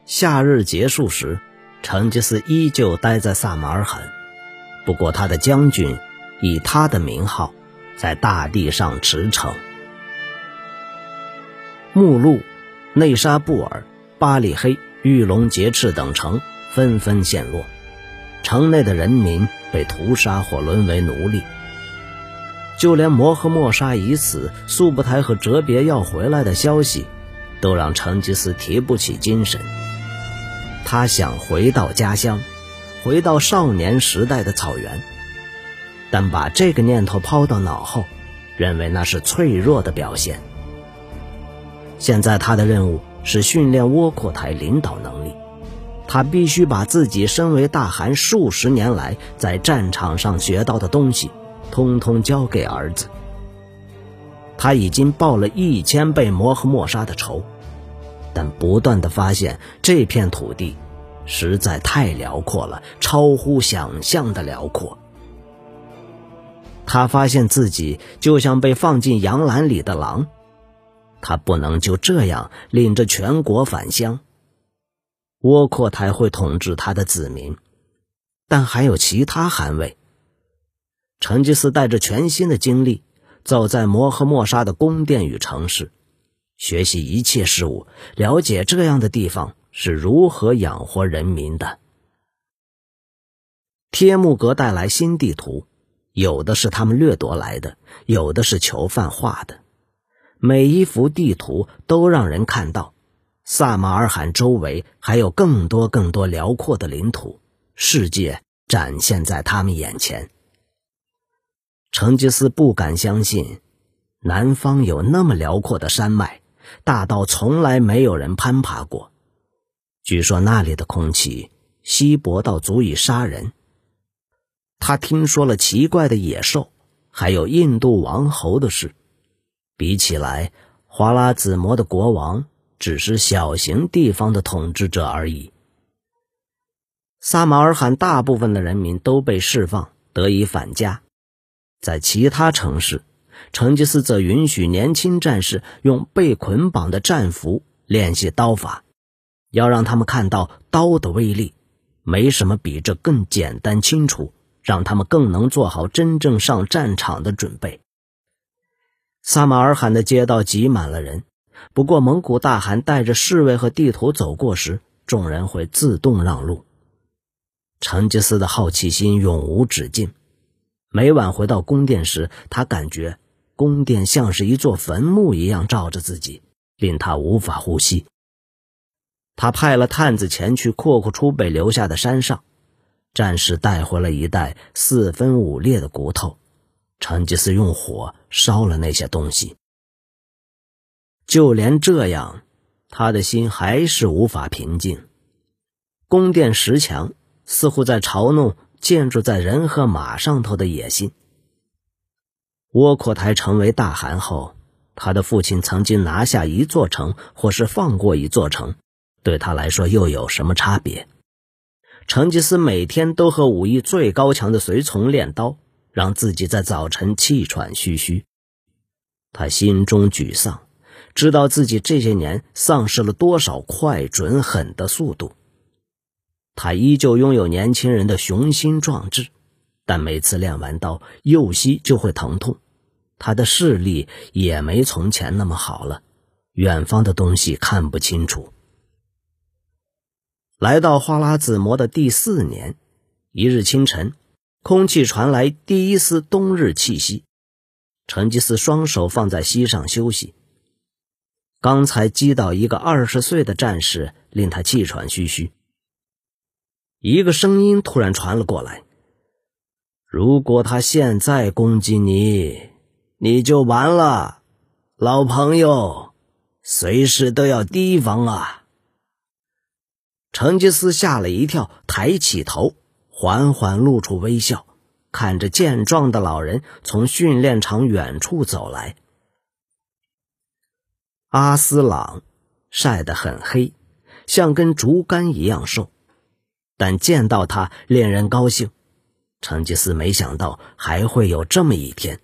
夏日结束时，成吉思依旧待在萨马尔罕，不过他的将军以他的名号在大地上驰骋。目录、内沙布尔、巴里黑、玉龙杰赤等城纷纷陷落，城内的人民被屠杀或沦为奴隶。就连摩诃末沙已死，速不台和哲别要回来的消息都让成吉思提不起精神。他想回到家乡，回到少年时代的草原，但把这个念头抛到脑后，认为那是脆弱的表现。现在他的任务是训练窝阔台领导能力，他必须把自己身为大汗数十年来在战场上学到的东西通通交给儿子。他已经报了1000倍摩诃末沙的仇，但不断地发现这片土地实在太辽阔了，超乎想象的辽阔。他发现自己就像被放进羊栏里的狼，他不能就这样领着全国返乡。窝阔台会统治他的子民，但还有其他汗位。成吉思带着全新的精力走在摩诃末沙的宫殿与城市，学习一切事物，了解这样的地方是如何养活人民的。帖木格带来新地图，有的是他们掠夺来的，有的是囚犯画的。每一幅地图都让人看到萨马尔罕周围还有更多辽阔的领土，世界展现在他们眼前。成吉思不敢相信南方有那么辽阔的山脉，大到从来没有人攀爬过。据说那里的空气稀薄到足以杀人。他听说了奇怪的野兽，还有印度王侯的事。比起来，华拉子模的国王只是小型地方的统治者而已。萨马尔罕大部分的人民都被释放，得以返家。在其他城市，成吉思则允许年轻战士用被捆绑的战俘练习刀法，要让他们看到刀的威力，没什么比这更简单清楚，让他们更能做好真正上战场的准备。萨马尔罕的街道挤满了人，不过蒙古大汗带着侍卫和地图走过时，众人会自动让路。成吉思的好奇心永无止境，每晚回到宫殿时，他感觉宫殿像是一座坟墓一样罩着自己，令他无法呼吸。他派了探子前去阔阔出北留下的山上，战士带回了一袋4分5裂的骨头，成吉思用火烧了那些东西。就连这样，他的心还是无法平静。宫殿石墙似乎在嘲弄建筑在人和马上头的野心。窝阔台成为大汗后，他的父亲曾经拿下一座城或是放过一座城，对他来说又有什么差别？成吉思每天都和武艺最高强的随从练刀，让自己在早晨气喘吁吁。他心中沮丧，知道自己这些年丧失了多少快准狠的速度。他依旧拥有年轻人的雄心壮志，但每次练完刀，右膝就会疼痛。他的视力也没从前那么好了，远方的东西看不清楚。来到花剌子模的第4年，一日清晨，空气传来第一丝冬日气息。成吉思双手放在膝上休息。刚才击倒一个20岁的战士，令他气喘吁吁。一个声音突然传了过来：如果他现在攻击你，你就完了，老朋友，随时都要提防啊。成吉思吓了一跳，抬起头，缓缓露出微笑，看着健壮的老人从训练场远处走来。阿斯朗晒得很黑，像根竹竿一样瘦，但见到他令人高兴。成吉思没想到还会有这么一天。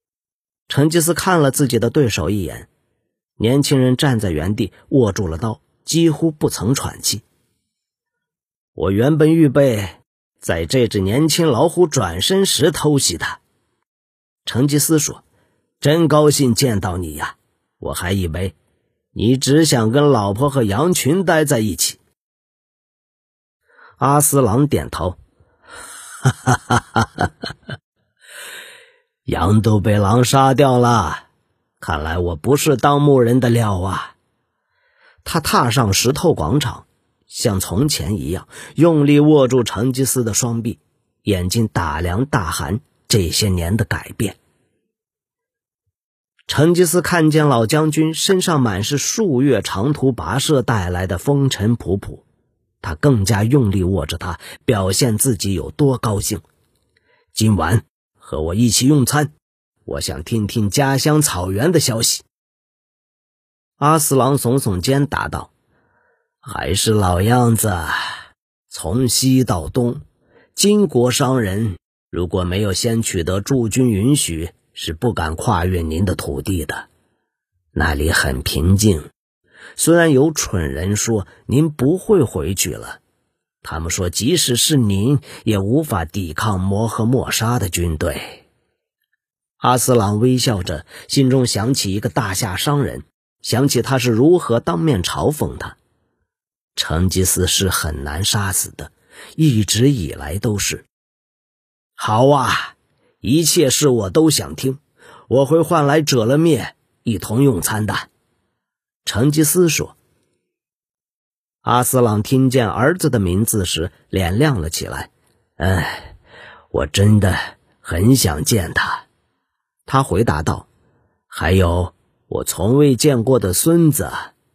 成吉思看了自己的对手一眼，年轻人站在原地握住了刀， 几乎不曾喘气。我原本预备在这只年轻老虎转身时偷袭它。成吉思说，真高兴见到你呀，我还以为你只想跟老婆和羊群待在一起。阿斯朗点头，哈哈哈哈哈哈，羊都被狼杀掉了，看来我不是当牧人的料啊。他踏上石头广场，像从前一样用力握住成吉思的双臂，眼睛打量大汗这些年的改变。成吉思看见老将军身上满是数月长途跋涉带来的风尘仆仆，他更加用力握着他，表现自己有多高兴。今晚和我一起用餐，我想听听家乡草原的消息。阿斯朗耸耸肩答道，还是老样子，从西到东，金国商人如果没有先取得驻军允许，是不敢跨越您的土地的。那里很平静，虽然有蠢人说您不会回去了，他们说即使是您也无法抵抗摩诃末沙的军队。阿斯朗微笑着，心中想起一个大夏商人，想起他是如何当面嘲讽他。成吉思是很难杀死的，一直以来都是。好啊，一切事我都想听，我会唤来者勒灭一同用餐的。成吉思说。阿斯朗听见儿子的名字时脸亮了起来，我真的很想见他。他回答道，还有我从未见过的孙子。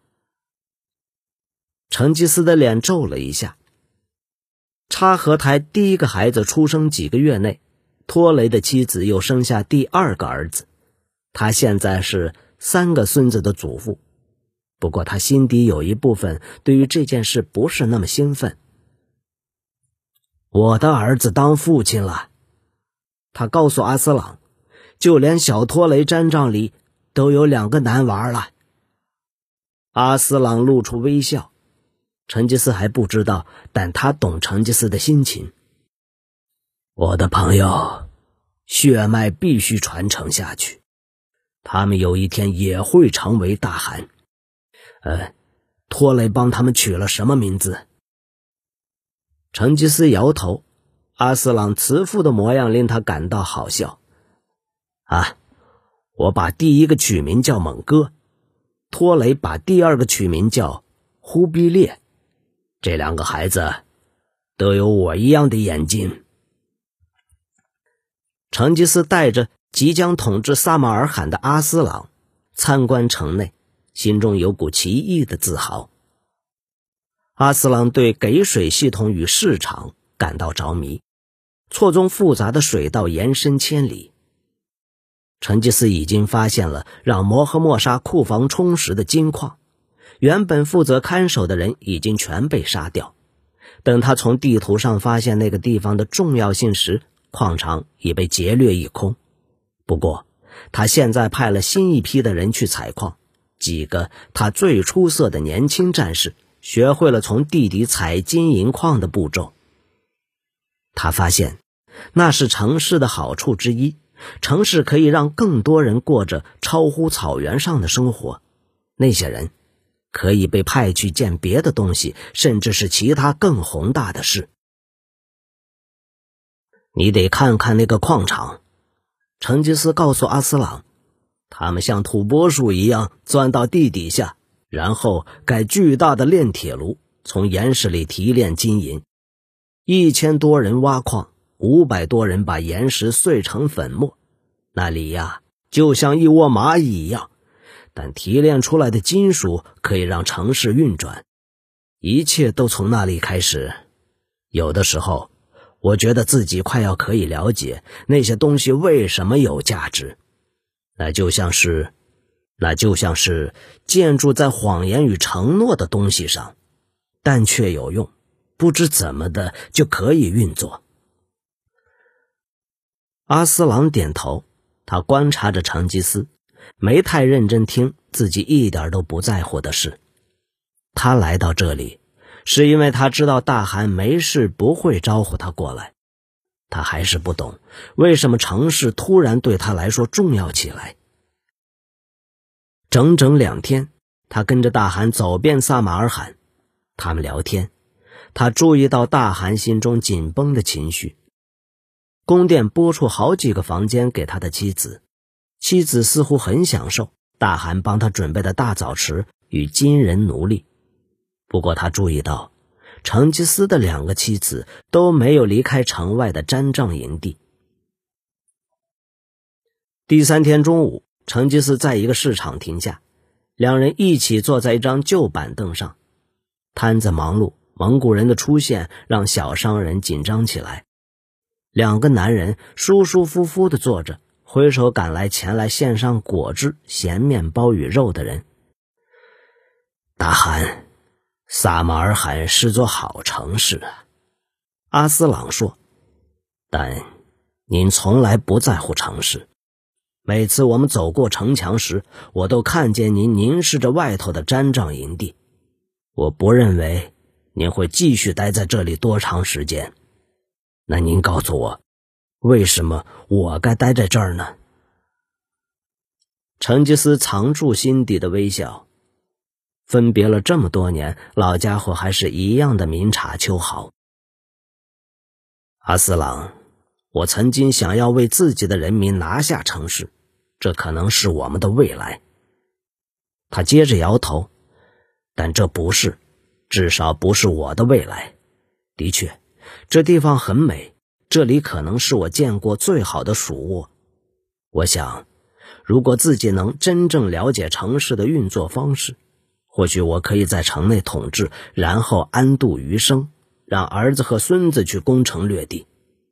成吉思的脸皱了一下。察合台第一个孩子出生几个月内，拖雷的妻子又生下第二个儿子，他现在是3个孙子的祖父。不过他心底有一部分对于这件事不是那么兴奋。我的儿子当父亲了，他告诉阿斯朗，就连小拖雷毡帐里都有2个男娃了。阿斯朗露出微笑，成吉思还不知道，但他懂成吉思的心情。我的朋友，血脉必须传承下去，他们有一天也会成为大汗。拖雷帮他们取了什么名字？成吉思摇头，阿斯朗慈父的模样令他感到好笑。我把第一个取名叫猛哥，拖雷把第二个取名叫忽必烈，这2个孩子都有我一样的眼睛。成吉思带着即将统治撒马尔罕的阿斯朗参观城内，心中有股奇异的自豪。阿斯朗对给水系统与市场感到着迷，错综复杂的水道延伸千里。成吉思已经发现了让摩诃末沙库房充实的金矿，原本负责看守的人已经全被杀掉。等他从地图上发现那个地方的重要性时，矿场已被劫掠一空。不过他现在派了新一批的人去采矿，几个他最出色的年轻战士学会了从地底采金银矿的步骤。他发现那是城市的好处之一，城市可以让更多人过着超乎草原上的生活，那些人可以被派去见别的东西，甚至是其他更宏大的事。你得看看那个矿场，成吉思告诉阿斯朗，他们像土拨鼠一样钻到地底下，然后盖巨大的炼铁炉，从岩石里提炼金银。1000多人挖矿，500多人把岩石碎成粉末，那里呀，就像一窝蚂蚁一样，但提炼出来的金属可以让城市运转。一切都从那里开始。有的时候我觉得自己快要可以了解那些东西为什么有价值。那就像是建筑在谎言与承诺的东西上，但却有用，不知怎么的就可以运作。阿斯朗点头，他观察着成吉思，没太认真听自己一点都不在乎的事。 他来到这里，是因为他知道大汗没事不会招呼他过来。他还是不懂，为什么城市突然对他来说重要起来。整整2天，他跟着大汗走遍撒马尔罕，他们聊天。他注意到大汗心中紧绷的情绪。宫殿拨出好几个房间给他的妻子，妻子似乎很享受大汗帮他准备的大澡池与金人奴隶。不过他注意到，成吉思的2个妻子都没有离开城外的毡帐营地。第3天中午，成吉思在一个市场停下，2人一起坐在一张旧板凳上。摊子忙碌，蒙古人的出现让小商人紧张起来。2个男人舒舒服服地坐着，挥手赶来前来献上果汁、咸面包与肉的人。大汗，撒马尔罕是座好城市啊，阿斯朗说，但您从来不在乎城市。每次我们走过城墙时，我都看见您凝视着外头的毡帐营地。我不认为您会继续待在这里多长时间。那您告诉我，为什么我该待在这儿呢？成吉思藏住心底的微笑。分别了这么多年，老家伙还是一样的明察秋毫。阿斯朗，我曾经想要为自己的人民拿下城市，这可能是我们的未来。他接着摇头，但这不是，至少不是我的未来。的确，这地方很美，这里可能是我见过最好的鼠窝。我想，如果自己能真正了解城市的运作方式，或许我可以在城内统治，然后安度余生，让儿子和孙子去攻城略地。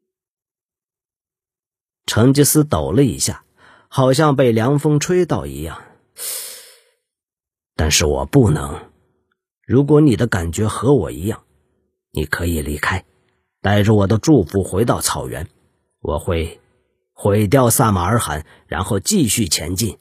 成吉思抖了一下，好像被凉风吹到一样。但是我不能。如果你的感觉和我一样，你可以离开，带着我的祝福回到草原。我会毁掉撒马尔罕，然后继续前进。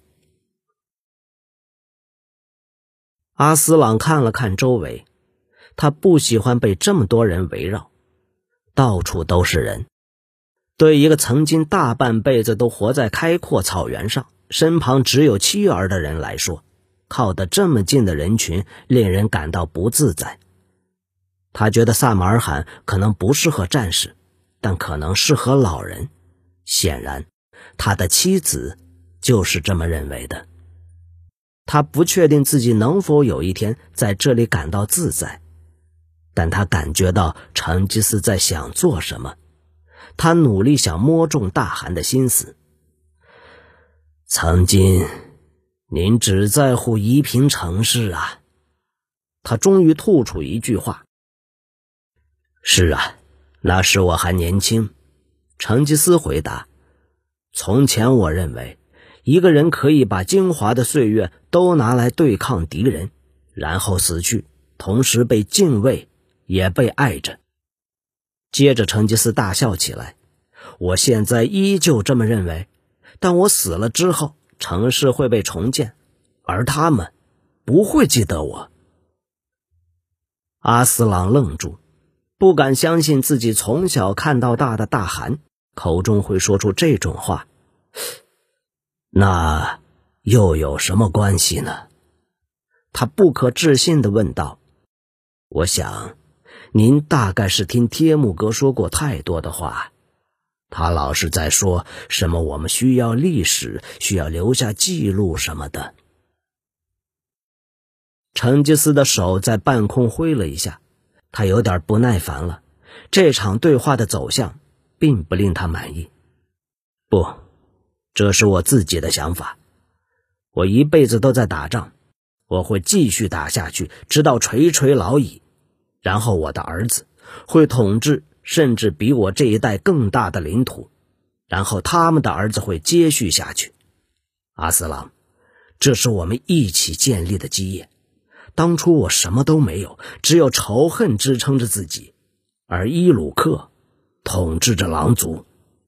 阿斯朗看了看周围，他不喜欢被这么多人围绕，到处都是人。对一个曾经大半辈子都活在开阔草原上，身旁只有妻儿的人来说，靠得这么近的人群令人感到不自在。他觉得撒马尔罕可能不适合战士，但可能适合老人。显然，他的妻子就是这么认为的。他不确定自己能否有一天在这里感到自在，但他感觉到成吉思在想做什么。他努力想摸中大汗的心思。曾经，您只在乎夷平城市啊。他终于吐出一句话。是啊，那时我还年轻。成吉思回答。从前我认为，一个人可以把精华的岁月都拿来对抗敌人，然后死去，同时被敬畏，也被爱着。接着成吉思大笑起来。我现在依旧这么认为，但我死了之后，城市会被重建，而他们不会记得我。阿斯朗愣住，不敢相信自己从小看到大的大汗口中会说出这种话。那又有什么关系呢？他不可置信地问道。我想，您大概是听帖木哥说过太多的话。他老是在说什么我们需要历史，需要留下记录什么的。成吉思的手在半空挥了一下，他有点不耐烦了。这场对话的走向并不令他满意。不，这是我自己的想法。我一辈子都在打仗，我会继续打下去，直到垂垂老矣。然后我的儿子会统治甚至比我这一代更大的领土，然后他们的儿子会接续下去。阿斯朗，这是我们一起建立的基业。当初我什么都没有，只有仇恨支撑着自己，而伊鲁克统治着狼族。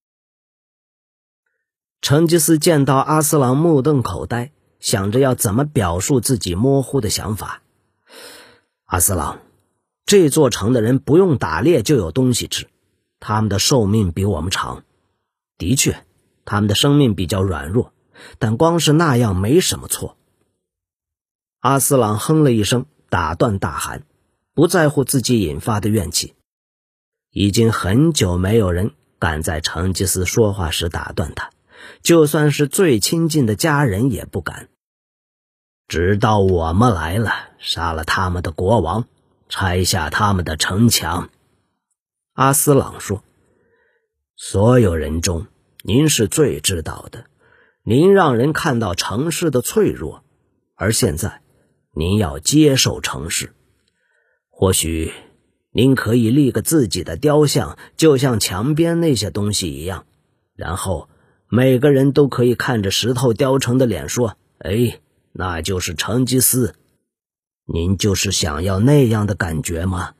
成吉思见到阿斯朗目瞪口呆，想着要怎么表述自己模糊的想法。 阿斯朗，这座城的人不用打猎就有东西吃，他们的寿命比我们长。的确，他们的生命比较软弱，但光是那样没什么错。阿斯朗哼了一声，打断大汗，不在乎自己引发的怨气。已经很久没有人敢在成吉思说话时打断他，就算是最亲近的家人也不敢。直到我们来了，杀了他们的国王，拆下他们的城墙。阿斯朗说，所有人中，您是最知道的，您让人看到城市的脆弱，而现在您要接受城市。或许您可以立个自己的雕像，就像墙边那些东西一样，然后每个人都可以看着石头雕成的脸说，哎，那就是成吉思。您就是想要那样的感觉吗？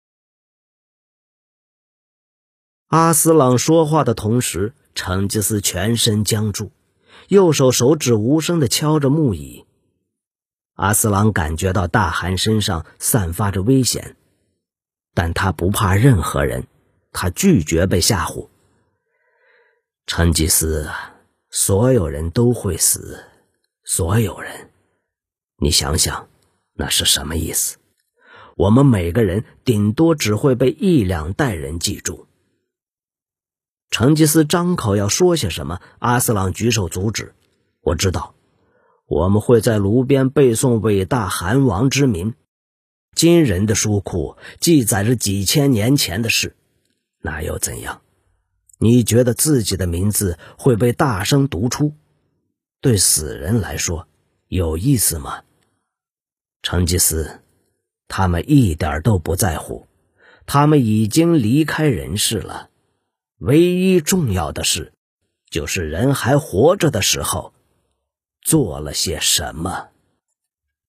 阿斯朗说话的同时，成吉思全身僵住，右手手指无声地敲着木椅。阿斯朗感觉到大汗身上散发着危险，但他不怕任何人，他拒绝被吓唬。成吉思，所有人都会死，所有人。你想想，那是什么意思？我们每个人顶多只会被1-2代人记住。成吉思张口要说些什么，阿斯朗举手阻止。我知道，我们会在炉边背诵伟大汗王之名，惊人的书库记载着几千年前的事，那又怎样？你觉得自己的名字会被大声读出？对死人来说，有意思吗？成吉思，他们一点都不在乎，他们已经离开人世了。唯一重要的事，就是人还活着的时候，做了些什么。